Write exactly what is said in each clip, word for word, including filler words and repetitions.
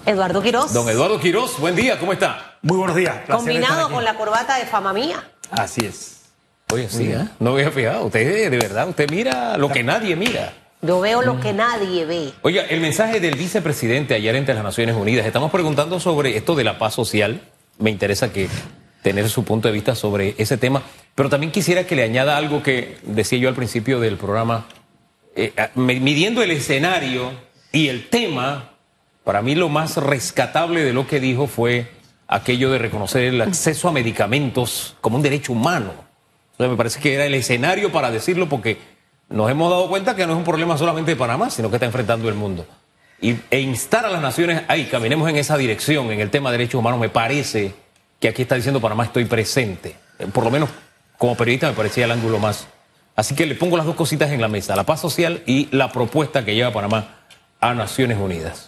Eduardo Quiroz. Don Eduardo Quiroz, buen día, ¿cómo está? Muy buenos días. Combinado con la corbata de fama mía. Así es. Oye, sí, ¿eh? No me había fijado. Usted, de verdad, usted mira lo que nadie mira. Yo veo lo que nadie ve. Oiga, el mensaje del vicepresidente ayer ante las Naciones Unidas. Estamos preguntando sobre esto de la paz social. Me interesa que tener su punto de vista sobre ese tema. Pero también quisiera que le añada algo que decía yo al principio del programa. Eh, midiendo el escenario y el tema, para mí lo más rescatable de lo que dijo fue aquello de reconocer el acceso a medicamentos como un derecho humano. O sea, me parece que era el escenario para decirlo, porque nos hemos dado cuenta que no es un problema solamente de Panamá, sino que está enfrentando el mundo. Y, e instar a las naciones, ahí, caminemos en esa dirección, en el tema de derechos humanos. Me parece que aquí está diciendo Panamá, estoy presente. Por lo menos como periodista me parecía el ángulo más. Así que le pongo las dos cositas en la mesa, la paz social y la propuesta que lleva Panamá a Naciones Unidas.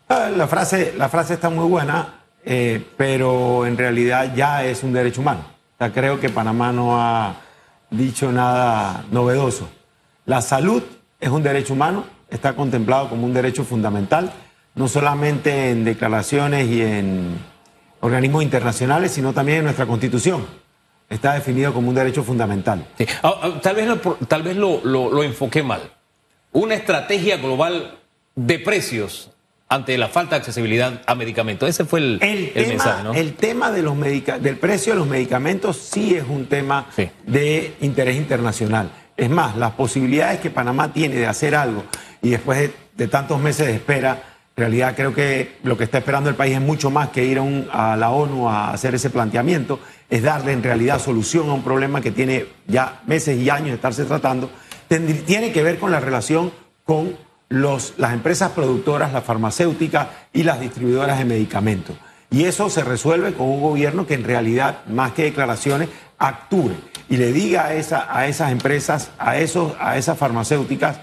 La frase, la frase está muy buena, eh, pero en realidad ya es un derecho humano. O sea, creo que Panamá no ha dicho nada novedoso. La salud es un derecho humano, está contemplado como un derecho fundamental, no solamente en declaraciones y en organismos internacionales, sino también en nuestra Constitución. Está definido como un derecho fundamental. Sí. Ah, ah, tal vez, lo, tal vez lo, lo, lo enfoqué mal. Una estrategia global de precios ante la falta de accesibilidad a medicamentos. Ese fue el, el, el tema, mensaje, ¿no? El tema de los medica del precio de los medicamentos sí es un tema sí. de interés internacional. Es más, las posibilidades que Panamá tiene de hacer algo y después de, de tantos meses de espera, en realidad creo que lo que está esperando el país es mucho más que ir a, un, a la ONU a hacer ese planteamiento, es darle en realidad solución a un problema que tiene ya meses y años de estarse tratando. Tendr- tiene que ver con la relación con Los, las empresas productoras, las farmacéuticas y las distribuidoras de medicamentos. Y eso se resuelve con un gobierno que en realidad, más que declaraciones, actúe y le diga a, esa, a esas empresas, a, esos, a esas farmacéuticas,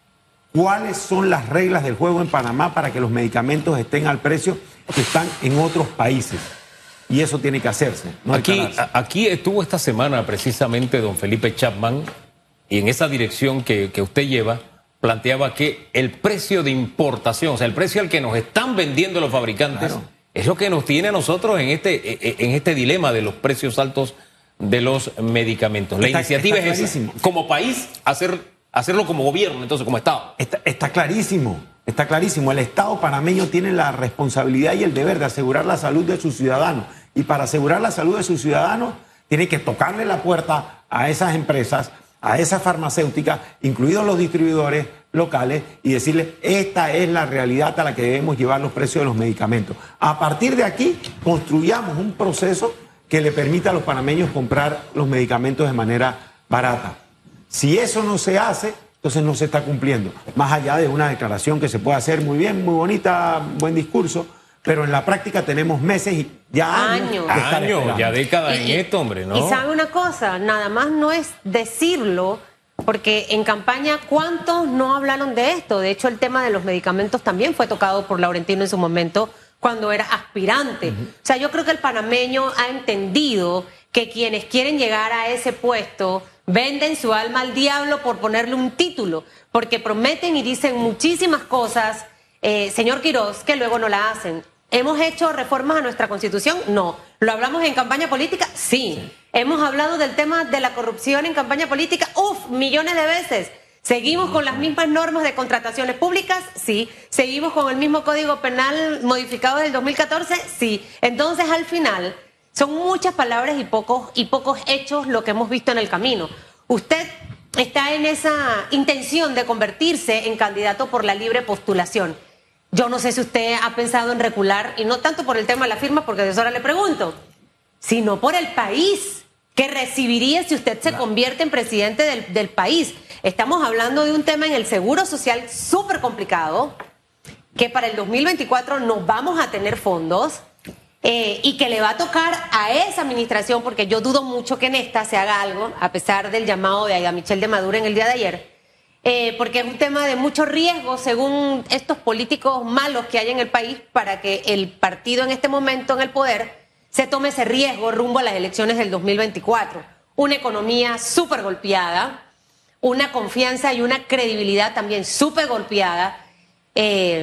cuáles son las reglas del juego en Panamá para que los medicamentos estén al precio que están en otros países. Y eso tiene que hacerse. No aquí, aquí estuvo esta semana precisamente don Felipe Chapman, y en esa dirección que, que usted lleva, planteaba que el precio de importación, o sea, el precio al que nos están vendiendo los fabricantes, claro, es lo que nos tiene a nosotros en este, en este dilema de los precios altos de los medicamentos. La está, iniciativa está es esa, como país, hacer, hacerlo como gobierno, entonces como Estado. Está, está clarísimo, está clarísimo. El Estado panameño tiene la responsabilidad y el deber de asegurar la salud de sus ciudadanos. Y para asegurar la salud de sus ciudadanos, tiene que tocarle la puerta a esas empresas, a esas farmacéuticas, incluidos los distribuidores locales, y decirles, esta es la realidad a la que debemos llevar los precios de los medicamentos. A partir de aquí, construyamos un proceso que le permita a los panameños comprar los medicamentos de manera barata. Si eso no se hace, entonces no se está cumpliendo. Más allá de una declaración que se puede hacer muy bien, muy bonita, buen discurso, pero en la práctica tenemos meses y ya años. Años, años ya décadas en esto, hombre, ¿no? Y sabe una cosa, nada más no es decirlo, porque en campaña, ¿cuántos no hablaron de esto? De hecho, el tema de los medicamentos también fue tocado por Laurentino en su momento cuando era aspirante. Uh-huh. O sea, yo creo que el panameño ha entendido que quienes quieren llegar a ese puesto venden su alma al diablo por ponerle un título, porque prometen y dicen muchísimas cosas, eh, señor Quiroz, que luego no la hacen. ¿Hemos hecho reformas a nuestra Constitución? No. ¿Lo hablamos en campaña política? Sí. sí. ¿Hemos hablado del tema de la corrupción en campaña política? ¡Uf! Millones de veces. ¿Seguimos con las mismas normas de contrataciones públicas? Sí. ¿Seguimos con el mismo Código Penal modificado del dos mil catorce? Sí. Entonces, al final, son muchas palabras y pocos, y pocos hechos lo que hemos visto en el camino. Usted está en esa intención de convertirse en candidato por la libre postulación. Yo no sé si usted ha pensado en recular, y no tanto por el tema de la firma, porque de eso ahora le pregunto, sino por el país que recibiría si usted se convierte en presidente del, del país. Estamos hablando de un tema en el seguro social súper complicado, que para el dos mil veinticuatro no vamos a tener fondos, eh, y que le va a tocar a esa administración, porque yo dudo mucho que en esta se haga algo, a pesar del llamado de Aida Michel de Maduro en el día de ayer. Eh, porque es un tema de mucho riesgo, según estos políticos malos que hay en el país, para que el partido en este momento en el poder se tome ese riesgo rumbo a las elecciones del dos mil veinticuatro. Una economía súper golpeada, una confianza y una credibilidad también súper golpeada, eh,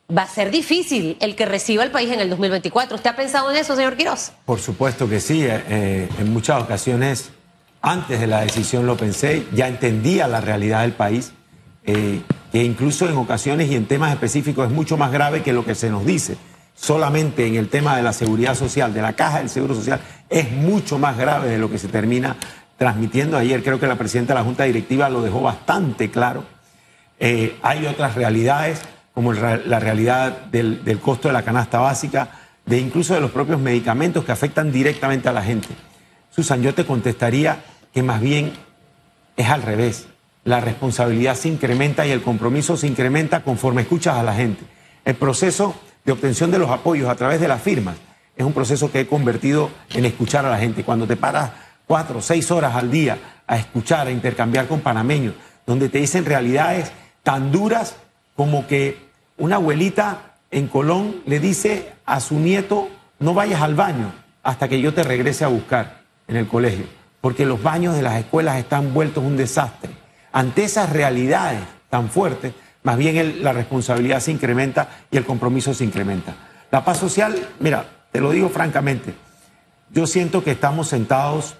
va a ser difícil el que reciba el país en el dos mil veinticuatro. ¿Usted ha pensado en eso, señor Quiroz? Por supuesto que sí. Eh, en muchas ocasiones, antes de la decisión lo pensé, ya entendía la realidad del país, eh, que incluso en ocasiones y en temas específicos es mucho más grave que lo que se nos dice. Solamente en el tema de la seguridad social, de la caja del Seguro Social, es mucho más grave de lo que se termina transmitiendo. Ayer creo que la presidenta de la Junta Directiva lo dejó bastante claro. Eh, hay otras realidades, como el, la realidad del, del costo de la canasta básica, de incluso de los propios medicamentos que afectan directamente a la gente. Susan, yo te contestaría que más bien es al revés. La responsabilidad se incrementa y el compromiso se incrementa conforme escuchas a la gente. El proceso de obtención de los apoyos a través de las firmas es un proceso que he convertido en escuchar a la gente. Cuando te paras cuatro o seis horas al día a escuchar, a intercambiar con panameños, donde te dicen realidades tan duras como que una abuelita en Colón le dice a su nieto: no vayas al baño hasta que yo te regrese a buscar en el colegio, porque los baños de las escuelas están vueltos un desastre. Ante esas realidades tan fuertes, más bien el, la responsabilidad se incrementa y el compromiso se incrementa. La paz social, mira, te lo digo francamente, yo siento que estamos sentados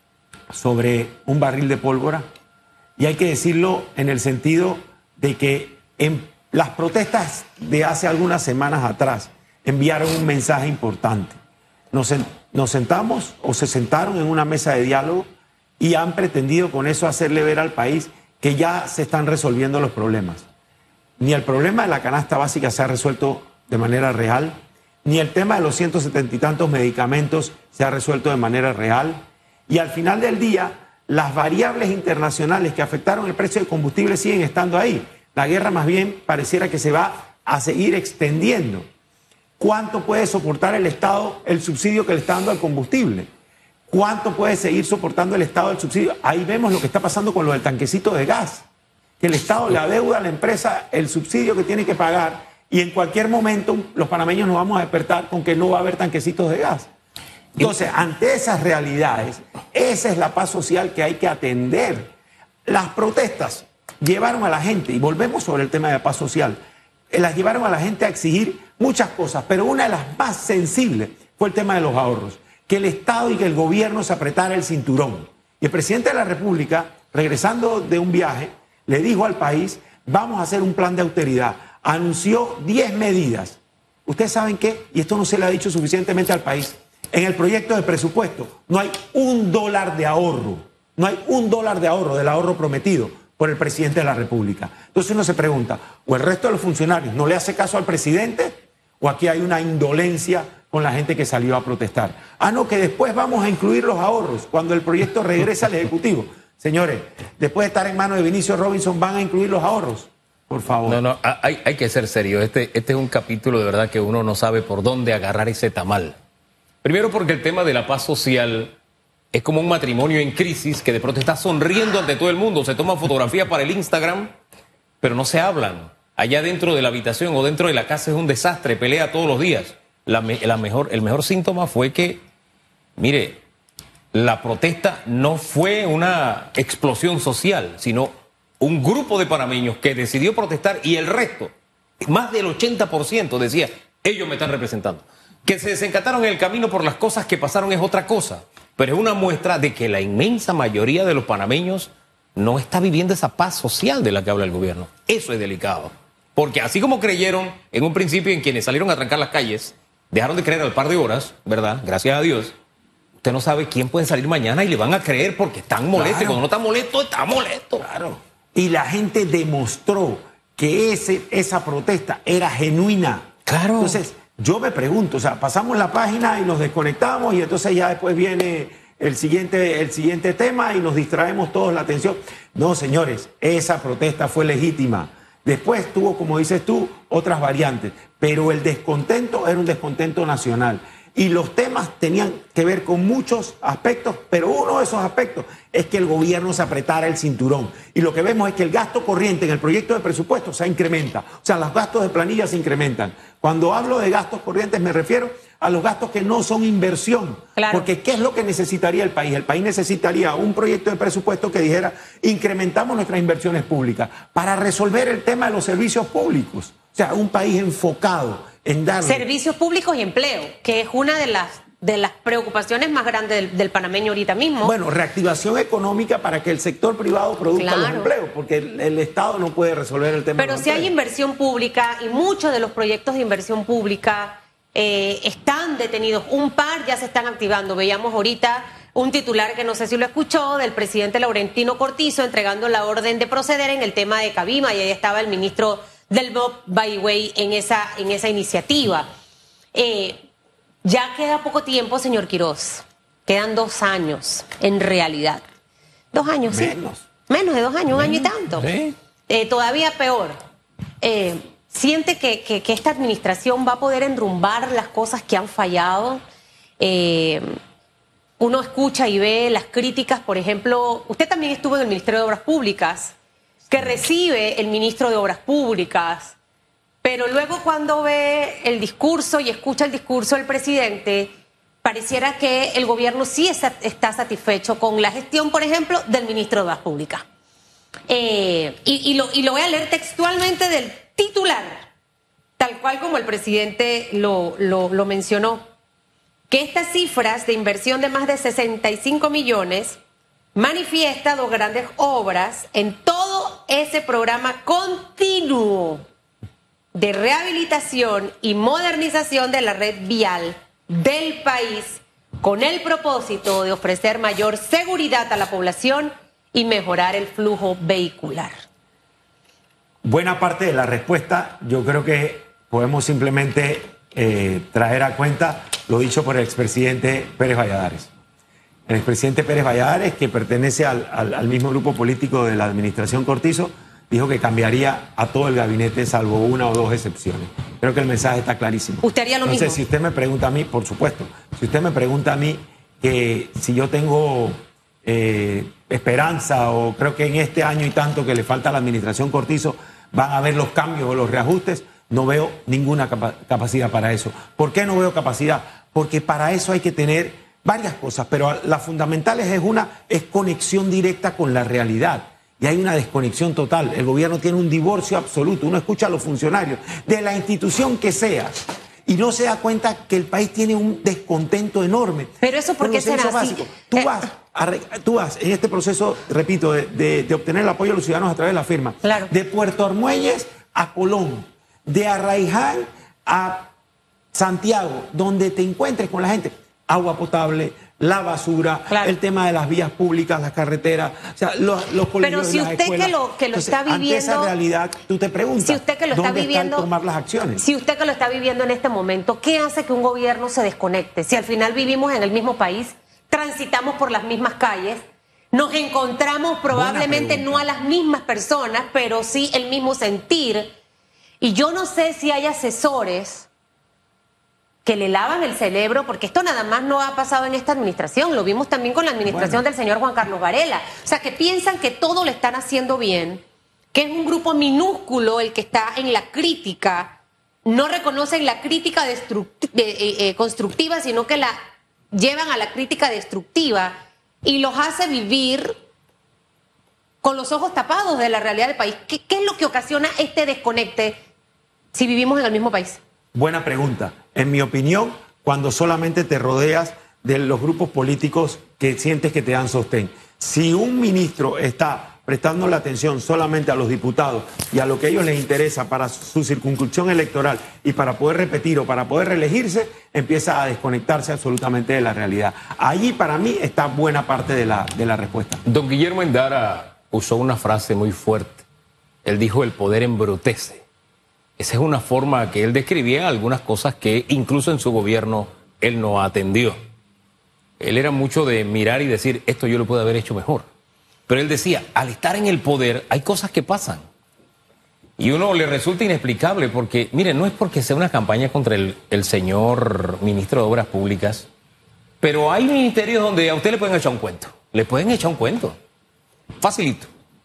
sobre un barril de pólvora, y hay que decirlo en el sentido de que en las protestas de hace algunas semanas atrás enviaron un mensaje importante. Nos, nos sentamos o se sentaron en una mesa de diálogo y han pretendido con eso hacerle ver al país que ya se están resolviendo los problemas. Ni el problema de la canasta básica se ha resuelto de manera real, ni el tema de los ciento setenta y tantos medicamentos se ha resuelto de manera real, y al final del día las variables internacionales que afectaron el precio del combustible siguen estando ahí. La guerra más bien pareciera que se va a seguir extendiendo. ¿Cuánto puede soportar el Estado el subsidio que le está dando al combustible? ¿Cuánto puede seguir soportando el Estado el subsidio? Ahí vemos lo que está pasando con lo del tanquecito de gas, que el Estado le adeuda a la empresa el subsidio que tiene que pagar, y en cualquier momento los panameños nos vamos a despertar con que no va a haber tanquecitos de gas. Entonces, ante esas realidades, esa es la paz social que hay que atender. Las protestas llevaron a la gente, y volvemos sobre el tema de la paz social, las llevaron a la gente a exigir muchas cosas, pero una de las más sensibles fue el tema de los ahorros, que el Estado y que el gobierno se apretara el cinturón. Y el presidente de la República, regresando de un viaje, le dijo al país: vamos a hacer un plan de austeridad. Anunció diez medidas. ¿Ustedes saben qué? Y esto no se le ha dicho suficientemente al país. En el proyecto de presupuesto no hay un dólar de ahorro. No hay un dólar de ahorro, del ahorro prometido por el presidente de la República. Entonces uno se pregunta, ¿o el resto de los funcionarios no le hace caso al presidente? ¿O aquí hay una indolencia con la gente que salió a protestar? Ah, no, que después vamos a incluir los ahorros cuando el proyecto regrese al Ejecutivo. Señores, después de estar en manos de Vinicio Robinson, ¿van a incluir los ahorros? Por favor. No, no, hay, hay que ser serio. Este, este es un capítulo de verdad que uno no sabe por dónde agarrar ese tamal. Primero porque el tema de la paz social es como un matrimonio en crisis que de pronto está sonriendo ante todo el mundo. Se toman fotografías para el Instagram, pero no se hablan. Allá dentro de la habitación o dentro de la casa es un desastre, pelea todos los días. La, la mejor, el mejor síntoma fue que, mire, la protesta no fue una explosión social, sino un grupo de panameños que decidió protestar, y el resto, más del ochenta por ciento, decía: ellos me están representando. Que se desencataron en el camino por las cosas que pasaron es otra cosa, pero es una muestra de que la inmensa mayoría de los panameños no está viviendo esa paz social de la que habla el gobierno. Eso es delicado, porque así como creyeron en un principio en quienes salieron a trancar las calles, dejaron de creer al par de horas, ¿verdad? Gracias a Dios. Usted no sabe quién puede salir mañana y le van a creer porque están molestos. Claro. Cuando no está molesto, está molesto. Claro. Y la gente demostró que ese, esa protesta era genuina. Claro. Entonces, yo me pregunto, o sea, pasamos la página y nos desconectamos, y entonces ya después viene el siguiente, el siguiente tema y nos distraemos todos la atención. No, señores, esa protesta fue legítima. Después tuvo, como dices tú, otras variantes, pero el descontento era un descontento nacional. Y los temas tenían que ver con muchos aspectos, pero uno de esos aspectos es que el gobierno se apretara el cinturón. Y lo que vemos es que el gasto corriente en el proyecto de presupuesto se incrementa. O sea, los gastos de planilla se incrementan. Cuando hablo de gastos corrientes me refiero a los gastos que no son inversión. Claro. Porque ¿qué es lo que necesitaría el país? El país necesitaría un proyecto de presupuesto que dijera: incrementamos nuestras inversiones públicas para resolver el tema de los servicios públicos. O sea, un país enfocado en dar servicios públicos y empleo, que es una de las de las preocupaciones más grandes del, del panameño ahorita mismo. Bueno, reactivación económica para que el sector privado produzca claro. los empleos, porque el, el Estado no puede resolver el tema. Pero si hay inversión pública y muchos de los proyectos de inversión pública eh, están detenidos, un par ya se están activando. Veíamos ahorita un titular que no sé si lo escuchó del presidente Laurentino Cortizo entregando la orden de proceder en el tema de Cabima, y ahí estaba el ministro del M O P, by the way, en esa, en esa iniciativa. Eh, Ya queda poco tiempo, señor Quiroz. Quedan dos años, en realidad. Dos años, sí. Menos. Menos de dos años, un año y tanto. Sí. Eh, todavía peor. Eh, ¿Siente que, que, que esta administración va a poder enrumbar las cosas que han fallado? Eh, uno escucha y ve las críticas, por ejemplo, usted también estuvo en el Ministerio de Obras Públicas, que recibe el ministro de Obras Públicas. Pero luego cuando ve el discurso y escucha el discurso del presidente, pareciera que el gobierno sí está, está satisfecho con la gestión, por ejemplo, del ministro de Obras Públicas. Eh, y, y, lo, y lo voy a leer textualmente del titular, tal cual como el presidente lo, lo, lo mencionó, que estas cifras de inversión de más de sesenta y cinco millones manifiesta dos grandes obras en todo ese programa continuo de rehabilitación y modernización de la red vial del país, con el propósito de ofrecer mayor seguridad a la población y mejorar el flujo vehicular. Buena parte de la respuesta yo creo que podemos simplemente eh, traer a cuenta lo dicho por el expresidente Pérez Valladares. El expresidente Pérez Valladares, que pertenece al, al, al mismo grupo político de la administración Cortizo, dijo que cambiaría a todo el gabinete salvo una o dos excepciones. Creo que el mensaje está clarísimo. ¿Usted haría lo Entonces, mismo? si usted me pregunta a mí, por supuesto, si usted me pregunta a mí que si yo tengo eh, esperanza o creo que en este año y tanto que le falta a la administración Cortizo van a haber los cambios o los reajustes, no veo ninguna capa- capacidad para eso. ¿Por qué no veo capacidad? Porque para eso hay que tener varias cosas, pero la fundamental es una es conexión directa con la realidad. Y hay una desconexión total. El gobierno tiene un divorcio absoluto. Uno escucha a los funcionarios de la institución que sea y no se da cuenta que el país tiene un descontento enorme. Pero eso, ¿por qué será así? Tú Eh, vas, a, tú vas en este proceso, repito, de, de, de obtener el apoyo de los ciudadanos a través de la firma. Claro. De Puerto Armuelles a Colón, de Arraiján a Santiago, donde te encuentres con la gente. Agua potable, la basura, claro. el tema de las vías públicas, las carreteras, o sea, los, los colegios, Pero si las usted escuelas. que lo, que lo Entonces, está viviendo... ante esa realidad, tú te preguntas, si usted que lo está ¿dónde viviendo, está el tomar las acciones? Si usted que lo está viviendo en este momento, ¿qué hace que un gobierno se desconecte? Si al final vivimos en el mismo país, transitamos por las mismas calles, nos encontramos probablemente no a las mismas personas, pero sí el mismo sentir. Y yo no sé si hay asesores que le lavan el cerebro, porque esto nada más no ha pasado en esta administración, lo vimos también con la administración Bueno. del señor Juan Carlos Varela. O sea, que piensan que todo lo están haciendo bien, que es un grupo minúsculo el que está en la crítica, no reconocen la crítica destruct- de, eh, eh, constructiva, sino que la llevan a la crítica destructiva y los hace vivir con los ojos tapados de la realidad del país. ¿Qué, qué es lo que ocasiona este desconecte si vivimos en el mismo país? Buena pregunta. En mi opinión, cuando solamente te rodeas de los grupos políticos que sientes que te dan sostén. Si un ministro está prestando la atención solamente a los diputados y a lo que a ellos les interesa para su circunscripción electoral y para poder repetir o para poder reelegirse, empieza a desconectarse absolutamente de la realidad. Allí para mí está buena parte de la, de la respuesta. Don Guillermo Endara usó una frase muy fuerte. Él dijo: el poder embrutece. Esa es una forma que él describía algunas cosas que incluso en su gobierno él no atendió. Él era mucho de mirar y decir, esto yo lo puedo haber hecho mejor. Pero él decía, al estar en el poder hay cosas que pasan. Y uno le resulta inexplicable porque, mire, no es porque sea una campaña contra el, el señor ministro de Obras Públicas, pero hay ministerios donde a usted le pueden echar un cuento. Le pueden echar un cuento. Facilito.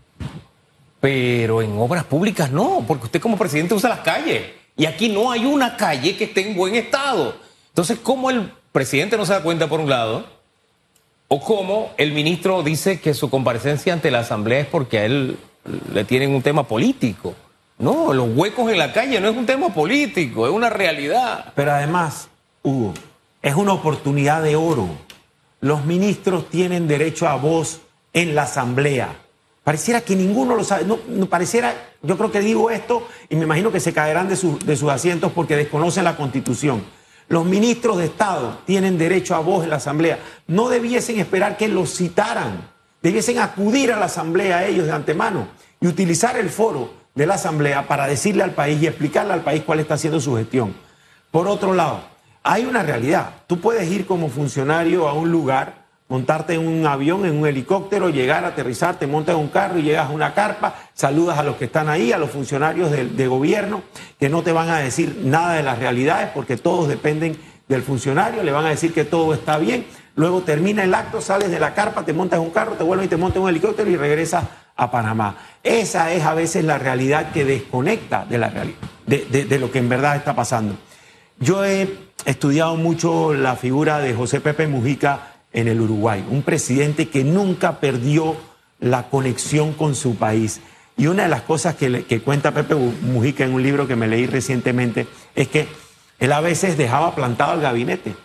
Pero en obras públicas no, porque usted como presidente usa las calles. Y aquí no hay una calle que esté en buen estado. Entonces, ¿cómo el presidente no se da cuenta por un lado? ¿O cómo el ministro dice que su comparecencia ante la Asamblea es porque a él le tienen un tema político? No, los huecos en la calle no es un tema político, es una realidad. Pero además, Hugo, es una oportunidad de oro. Los ministros tienen derecho a voz en la Asamblea. Pareciera que ninguno lo sabe. No, no pareciera, yo creo que digo esto y me imagino que se caerán de, su, de sus asientos porque desconocen la Constitución. Los ministros de Estado tienen derecho a voz en la Asamblea. No debiesen esperar que los citaran. Debiesen acudir a la Asamblea ellos de antemano y utilizar el foro de la Asamblea para decirle al país y explicarle al país cuál está haciendo su gestión. Por otro lado, hay una realidad. Tú puedes ir como funcionario a un lugar, montarte en un avión, en un helicóptero, llegar, aterrizar, te montas en un carro y llegas a una carpa, saludas a los que están ahí, a los funcionarios de, de gobierno, que no te van a decir nada de las realidades porque todos dependen del funcionario, le van a decir que todo está bien, luego termina el acto, sales de la carpa, te montas en un carro, te vuelves y te montas en un helicóptero y regresas a Panamá. Esa es a veces la realidad que desconecta de, la reali- de, de, de lo que en verdad está pasando. Yo he estudiado mucho la figura de José Pepe Mujica en el Uruguay, un presidente que nunca perdió la conexión con su país. Y una de las cosas que, le, que cuenta Pepe Mujica en un libro que me leí recientemente es que él a veces dejaba plantado el gabinete,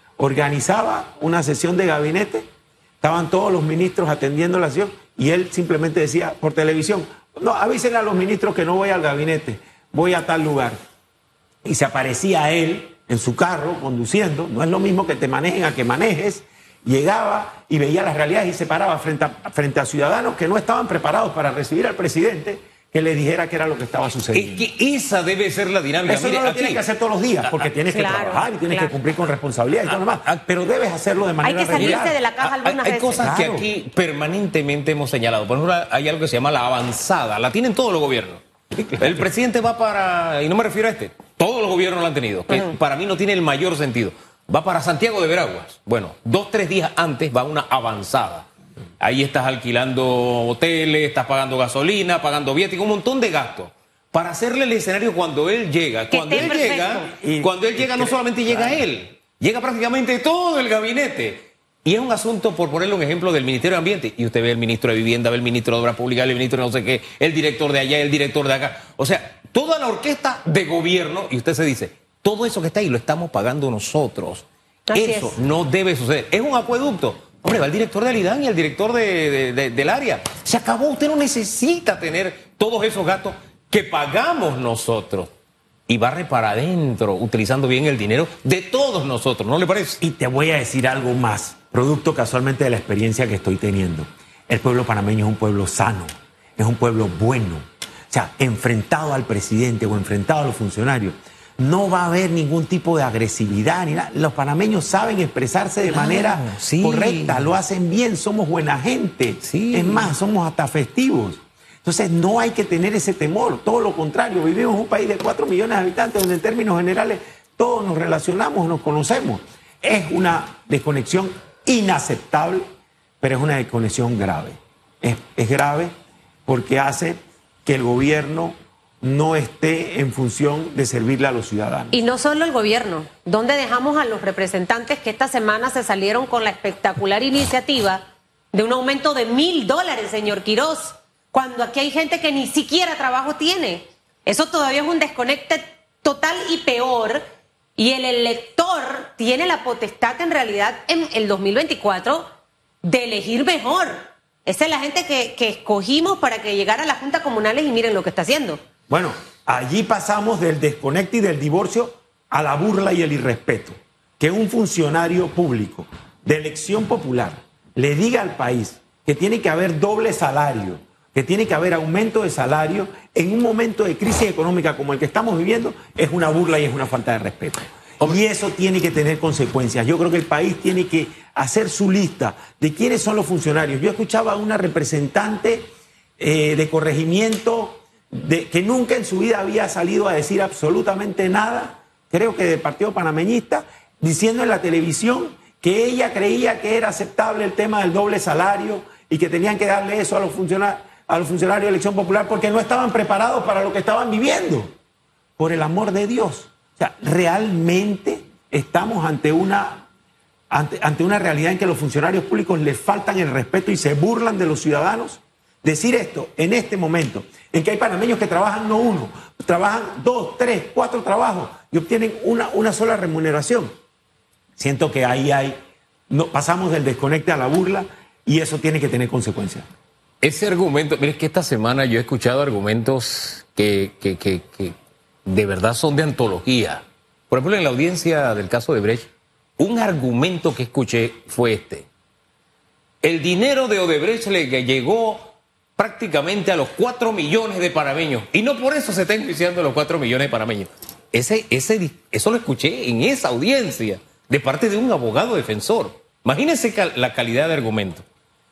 organizaba una sesión de gabinete, estaban todos los ministros atendiendo la sesión y él simplemente decía por televisión, no, avísenle a los ministros que no voy al gabinete, voy a tal lugar. Y se aparecía él en su carro conduciendo, no es lo mismo que te manejen a que manejes. Llegaba y veía las realidades y se paraba frente a, frente a ciudadanos que no estaban preparados para recibir al presidente que le dijera qué era lo que estaba sucediendo. Es que esa debe ser la dinámica. Eso Mire, no lo aquí, tienes que hacer todos los días porque tienes claro, que trabajar y tienes claro. que cumplir con responsabilidad y todo lo demás. Pero debes hacerlo de manera Hay que salirse regular. de la caja algunas hay veces. cosas Claro. que aquí permanentemente hemos señalado. Por ejemplo, hay algo que se llama la avanzada. La tienen todos los gobiernos. El presidente va para, y no me refiero a este, todos los gobiernos lo han tenido, que uh-huh. para mí no tiene el mayor sentido. Va para Santiago de Veraguas. Bueno, dos, tres días antes va una avanzada. Ahí estás alquilando hoteles, estás pagando gasolina, pagando viático, un montón de gastos. Para hacerle el escenario cuando él llega. Que Cuando él perfecto. llega, Y, cuando él llega no solamente llega claro. él, llega prácticamente todo el gabinete. Y es un asunto, por ponerle un ejemplo, del Ministerio de Ambiente. Y usted ve el ministro de Vivienda, ve el ministro de Obras Públicas, el ministro de no sé qué, el director de allá, el director de acá. O sea, toda la orquesta de gobierno, y usted se dice, todo eso que está ahí lo estamos pagando nosotros. Así eso es. no debe suceder. Es un acueducto. Hombre, va el director del IDAN y el director de, de, de, del área. Se acabó. Usted no necesita tener todos esos gastos que pagamos nosotros. Y barre para adentro, utilizando bien el dinero de todos nosotros. ¿No le parece? Y te voy a decir algo más, producto casualmente de la experiencia que estoy teniendo. El pueblo panameño es un pueblo sano, es un pueblo bueno. O sea, enfrentado al presidente o enfrentado a los funcionarios, no va a haber ningún tipo de agresividad ni nada. Los panameños saben expresarse de Claro, manera sí. correcta, lo hacen bien, somos buena gente. Sí. Es más, somos hasta festivos. Entonces no hay que tener ese temor, todo lo contrario, vivimos en un país de cuatro millones de habitantes donde en términos generales todos nos relacionamos, nos conocemos. Es una desconexión inaceptable, pero es una desconexión grave. Es, es grave porque hace que el gobierno no esté en función de servirle a los ciudadanos. Y no solo el gobierno. ¿Dónde dejamos a los representantes que esta semana se salieron con la espectacular iniciativa de un aumento de mil dólares, señor Quirós? Cuando aquí hay gente que ni siquiera trabajo tiene. Eso todavía es un desconecte total y peor. Y el elector tiene la potestad en realidad en el dos mil veinticuatro de elegir mejor. Esa es la gente que, que escogimos para que llegara a las juntas comunales y miren lo que está haciendo. Bueno, allí pasamos del desconecte y del divorcio a la burla y el irrespeto. Que un funcionario público de elección popular le diga al país que tiene que haber doble salario, que tiene que haber aumento de salario en un momento de crisis económica como el que estamos viviendo, es una burla y es una falta de respeto. Y eso tiene que tener consecuencias. Yo creo que el país tiene que hacer su lista de quiénes son los funcionarios. Yo escuchaba a una representante eh, de corregimiento de, que nunca en su vida había salido a decir absolutamente nada, creo que del Partido Panameñista, diciendo en la televisión que ella creía que era aceptable el tema del doble salario y que tenían que darle eso a los funcionarios, a los funcionarios de elección popular porque no estaban preparados para lo que estaban viviendo. Por el amor de Dios. O sea, realmente estamos ante una, ante, ante una realidad en que los funcionarios públicos les faltan el respeto y se burlan de los ciudadanos. decir esto en este momento, en que hay panameños que trabajan no uno, trabajan dos, tres, cuatro trabajos y obtienen una, una sola remuneración. Siento que ahí hay, no, pasamos del desconecte a la burla y eso tiene que tener consecuencias. Ese argumento, mire, es que esta semana yo he escuchado argumentos que, que, que, que de verdad son de antología. Por ejemplo, en la audiencia del caso de Odebrecht, un argumento que escuché fue este. El dinero de Odebrecht le llegó prácticamente a los cuatro millones de panameños y no por eso se está enjuiciando a los cuatro millones de panameños. Ese, ese, eso lo escuché en esa audiencia de parte de un abogado defensor. Imagínense cal, la calidad de argumento.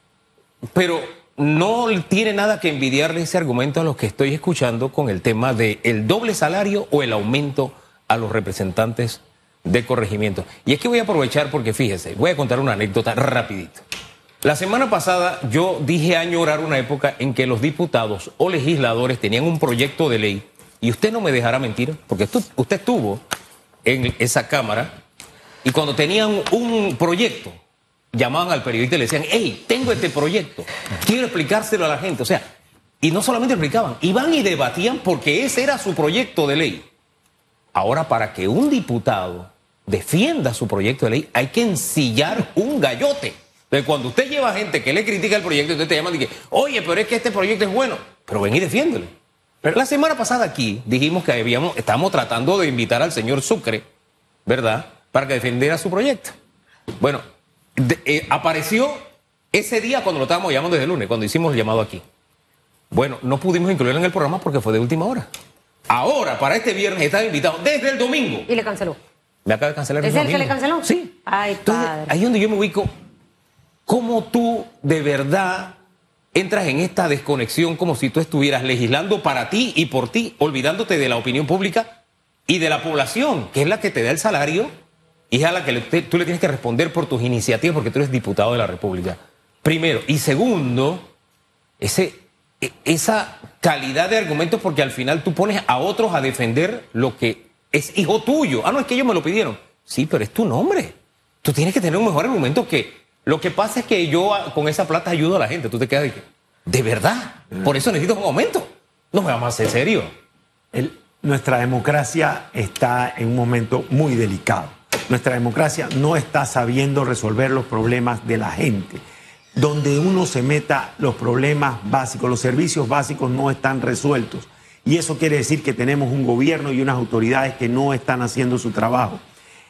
Pero no tiene nada que envidiarle ese argumento a los que estoy escuchando con el tema del doble salario o el aumento a los representantes de corregimiento. Y es que voy a aprovechar porque fíjese, voy a contar una anécdota rapidito. La semana pasada yo dije añorar una época en que los diputados o legisladores tenían un proyecto de ley, y usted no me dejará mentir, porque usted estuvo en esa Cámara, y cuando tenían un proyecto, llamaban al periodista y le decían, hey, tengo este proyecto, quiero explicárselo a la gente. O sea, y no solamente explicaban, iban y debatían porque ese era su proyecto de ley. Ahora, para que un diputado defienda su proyecto de ley, hay que ensillar un gallote. Entonces, cuando usted lleva gente que le critica el proyecto, usted te llama y dice, oye, pero es que este proyecto es bueno, pero ven y defiéndelo. Pero la semana pasada aquí dijimos que habíamos, estábamos tratando de invitar al señor Sucre, ¿verdad?, para que defendiera su proyecto. Bueno, de, eh, apareció ese día cuando lo estábamos llamando desde el lunes, cuando hicimos el llamado aquí. Bueno, no pudimos incluirlo en el programa porque fue de última hora. Ahora, para este viernes, estaba invitado desde el domingo. Y le canceló. Me acaba de cancelar. ¿Es el que le canceló? Sí. Ay, Entonces, padre. ahí es donde yo me ubico. ¿Cómo tú de verdad entras en esta desconexión como si tú estuvieras legislando para ti y por ti, olvidándote de la opinión pública y de la población, que es la que te da el salario y es a la que le, te, tú le tienes que responder por tus iniciativas porque tú eres diputado de la República? Primero. Y segundo, ese, esa calidad de argumentos, porque al final tú pones a otros a defender lo que es hijo tuyo. Ah, no, es que ellos me lo pidieron. Sí, pero es tu nombre. Tú tienes que tener un mejor argumento que... Lo que pasa es que yo con esa plata ayudo a la gente. Tú te quedas de que, ¿de verdad? Por eso necesito un aumento. No me vamos a hacer serio. El, nuestra democracia está en un momento muy delicado. Nuestra democracia no está sabiendo resolver los problemas de la gente. Donde uno se meta, los problemas básicos, los servicios básicos no están resueltos. Y eso quiere decir que tenemos un gobierno y unas autoridades que no están haciendo su trabajo.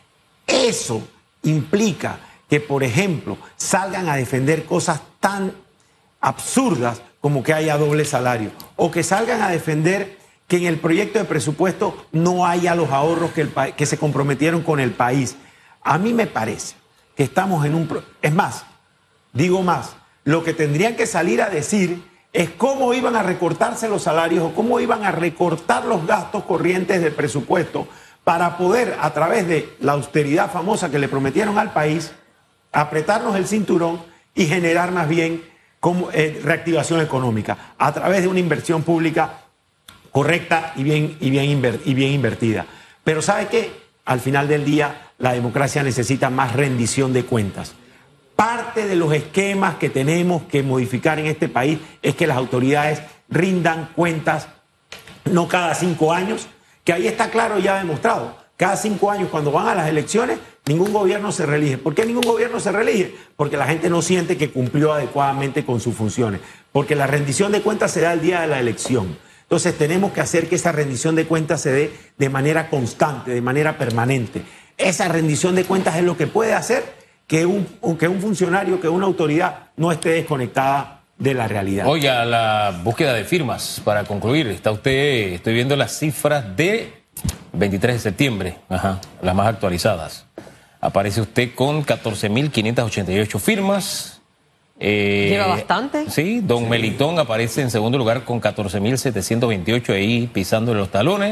Eso implica que, por ejemplo, salgan a defender cosas tan absurdas como que haya doble salario, o que salgan a defender que en el proyecto de presupuesto no haya los ahorros que, el que se comprometieron con el país. A mí me parece que estamos en un... Pro es más, digo más, lo que tendrían que salir a decir es cómo iban a recortarse los salarios o cómo iban a recortar los gastos corrientes del presupuesto para poder, a través de la austeridad famosa que le prometieron al país, apretarnos el cinturón y generar más bien como, eh, reactivación económica a través de una inversión pública correcta y bien, y, bien inver, y bien invertida. Pero ¿sabe qué? Al final del día la democracia necesita más rendición de cuentas. Parte de los esquemas que tenemos que modificar en este país es que las autoridades rindan cuentas no cada cinco años, que ahí está claro y ya demostrado. Cada cinco años, cuando van a las elecciones, ningún gobierno se reelige. ¿Por qué ningún gobierno se reelige? Porque la gente no siente que cumplió adecuadamente con sus funciones. Porque la rendición de cuentas se da el día de la elección. Entonces tenemos que hacer que esa rendición de cuentas se dé de manera constante, de manera permanente. Esa rendición de cuentas es lo que puede hacer que un, que un funcionario, que una autoridad no esté desconectada de la realidad. Oiga, la búsqueda de firmas, para concluir, está usted, estoy viendo las cifras de veintitrés de septiembre, ajá, las más actualizadas. Aparece usted con catorce mil quinientas ochenta y ocho firmas. Eh, Lleva bastante. Sí, don sí. Melitón aparece en segundo lugar con catorce mil setecientos veintiocho, ahí pisándole los talones.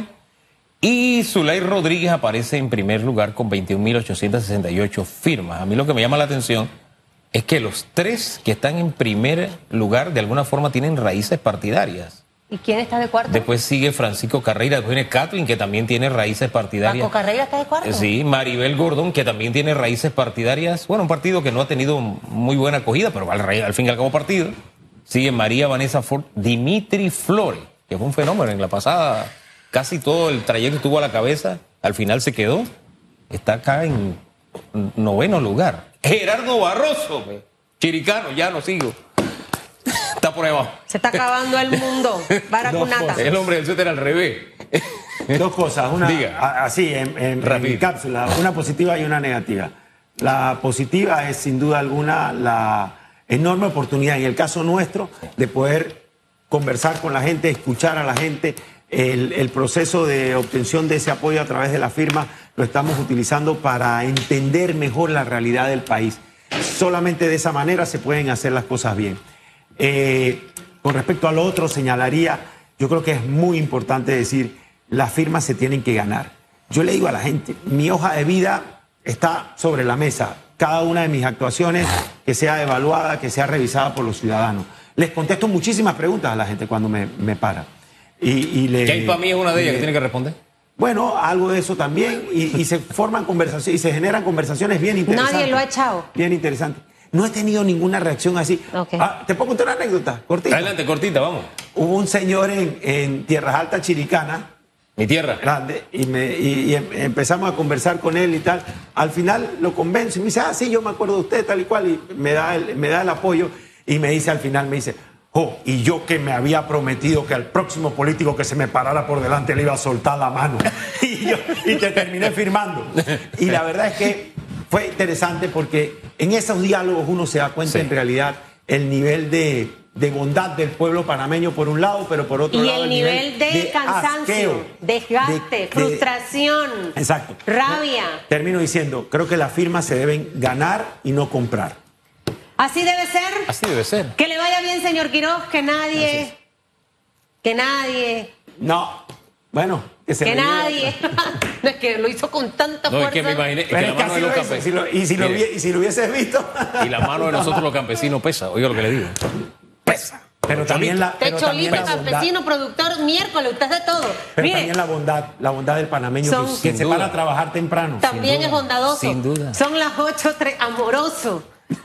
Y Zulay Rodríguez aparece en primer lugar con veintiún mil ochocientos sesenta y ocho firmas. A mí lo que me llama la atención es que los tres que están en primer lugar de alguna forma tienen raíces partidarias. ¿Y quién está de cuarto? Después sigue Francisco Carreira, después viene Kathleen, que también tiene raíces partidarias. ¿Paco Carreira está de cuarto? Sí, Maribel Gordón, que también tiene raíces partidarias. Bueno, un partido que no ha tenido muy buena acogida, pero al, al fin y al cabo partido. sigue María Vanessa Ford, Dimitri Flores, que fue un fenómeno en la pasada, casi todo el trayecto estuvo a la cabeza, al final se quedó, está acá en noveno lugar. Gerardo Barroso, chiricano, ya no sigo. Está por ahí abajo. Se está acabando el mundo. Baracunata. El hombre del suéter al revés. Dos cosas, una Diga. a- así en, en, en cápsula, una positiva y una negativa. La positiva es sin duda alguna la enorme oportunidad en el caso nuestro de poder conversar con la gente, escuchar a la gente. El, el proceso de obtención de ese apoyo a través de la firma lo estamos utilizando para entender mejor la realidad del país. Solamente de esa manera se pueden hacer las cosas bien. Eh, con respecto a lo otro, señalaría, yo creo que es muy importante decir, las firmas se tienen que ganar. Yo le digo a la gente, mi hoja de vida está sobre la mesa. Cada una de mis actuaciones que sea evaluada, que sea revisada por los ciudadanos. Les contesto muchísimas preguntas a la gente cuando me, me para. Y, y le, ¿Qué hay para mí es una de ellas que tiene que responder? Bueno, algo de eso también. Y, y se forman conversaciones y se generan conversaciones bien interesantes. Nadie lo ha echado. Bien interesante. No he tenido ninguna reacción así. Okay. Ah, ¿te puedo contar una anécdota? Cortita. Adelante, cortita, vamos. Hubo un señor en, en Tierras Altas, Chiricana, Mi tierra. grande, y, me, y, y em- empezamos a conversar con él y tal. Al final lo convenzo y me dice, ah, sí, yo me acuerdo de usted, tal y cual, y me da el, me da el apoyo. Y me dice al final, me dice, oh, y yo que me había prometido que al próximo político que se me parara por delante le iba a soltar la mano. y, yo, y te terminé firmando. Y la verdad es que fue interesante porque en esos diálogos uno se da cuenta Sí. en realidad el nivel de, de bondad del pueblo panameño por un lado, pero por otro Y lado el nivel de cansancio, asqueo, desgaste, de- de- frustración, Exacto. rabia. Termino diciendo, creo que las firmas se deben ganar y no comprar. Así debe ser. Así debe ser. Que le vaya bien, señor Quiroz, que nadie, que nadie, No, bueno, que se que me lleve nadie. No, es que lo hizo con tanta No, es fuerza. que me imaginé, es que Pero la es que mano de así los lo hizo, si lo- campesinos. y, si lo, Mire, hubie- y si lo hubieses visto. y la mano de nosotros los campesinos pesa, oiga lo que le digo. Pesa. Pero también la, Usted pero es también cholito, la bondad. campesino, productor, miércoles, usted hace todo. Pero Mire, también la bondad, la bondad del panameño Son- que, Sin que se duda. para a trabajar temprano. también es bondadoso. sin duda. Son las ocho, tre- amoroso,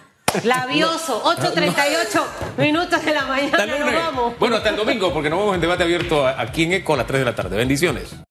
labioso, ocho treinta y ocho minutos de la Hasta mañana, el nos lunes. vamos. Bueno, hasta el domingo, porque nos vemos en debate abierto aquí en ECO a las tres de la tarde. Bendiciones.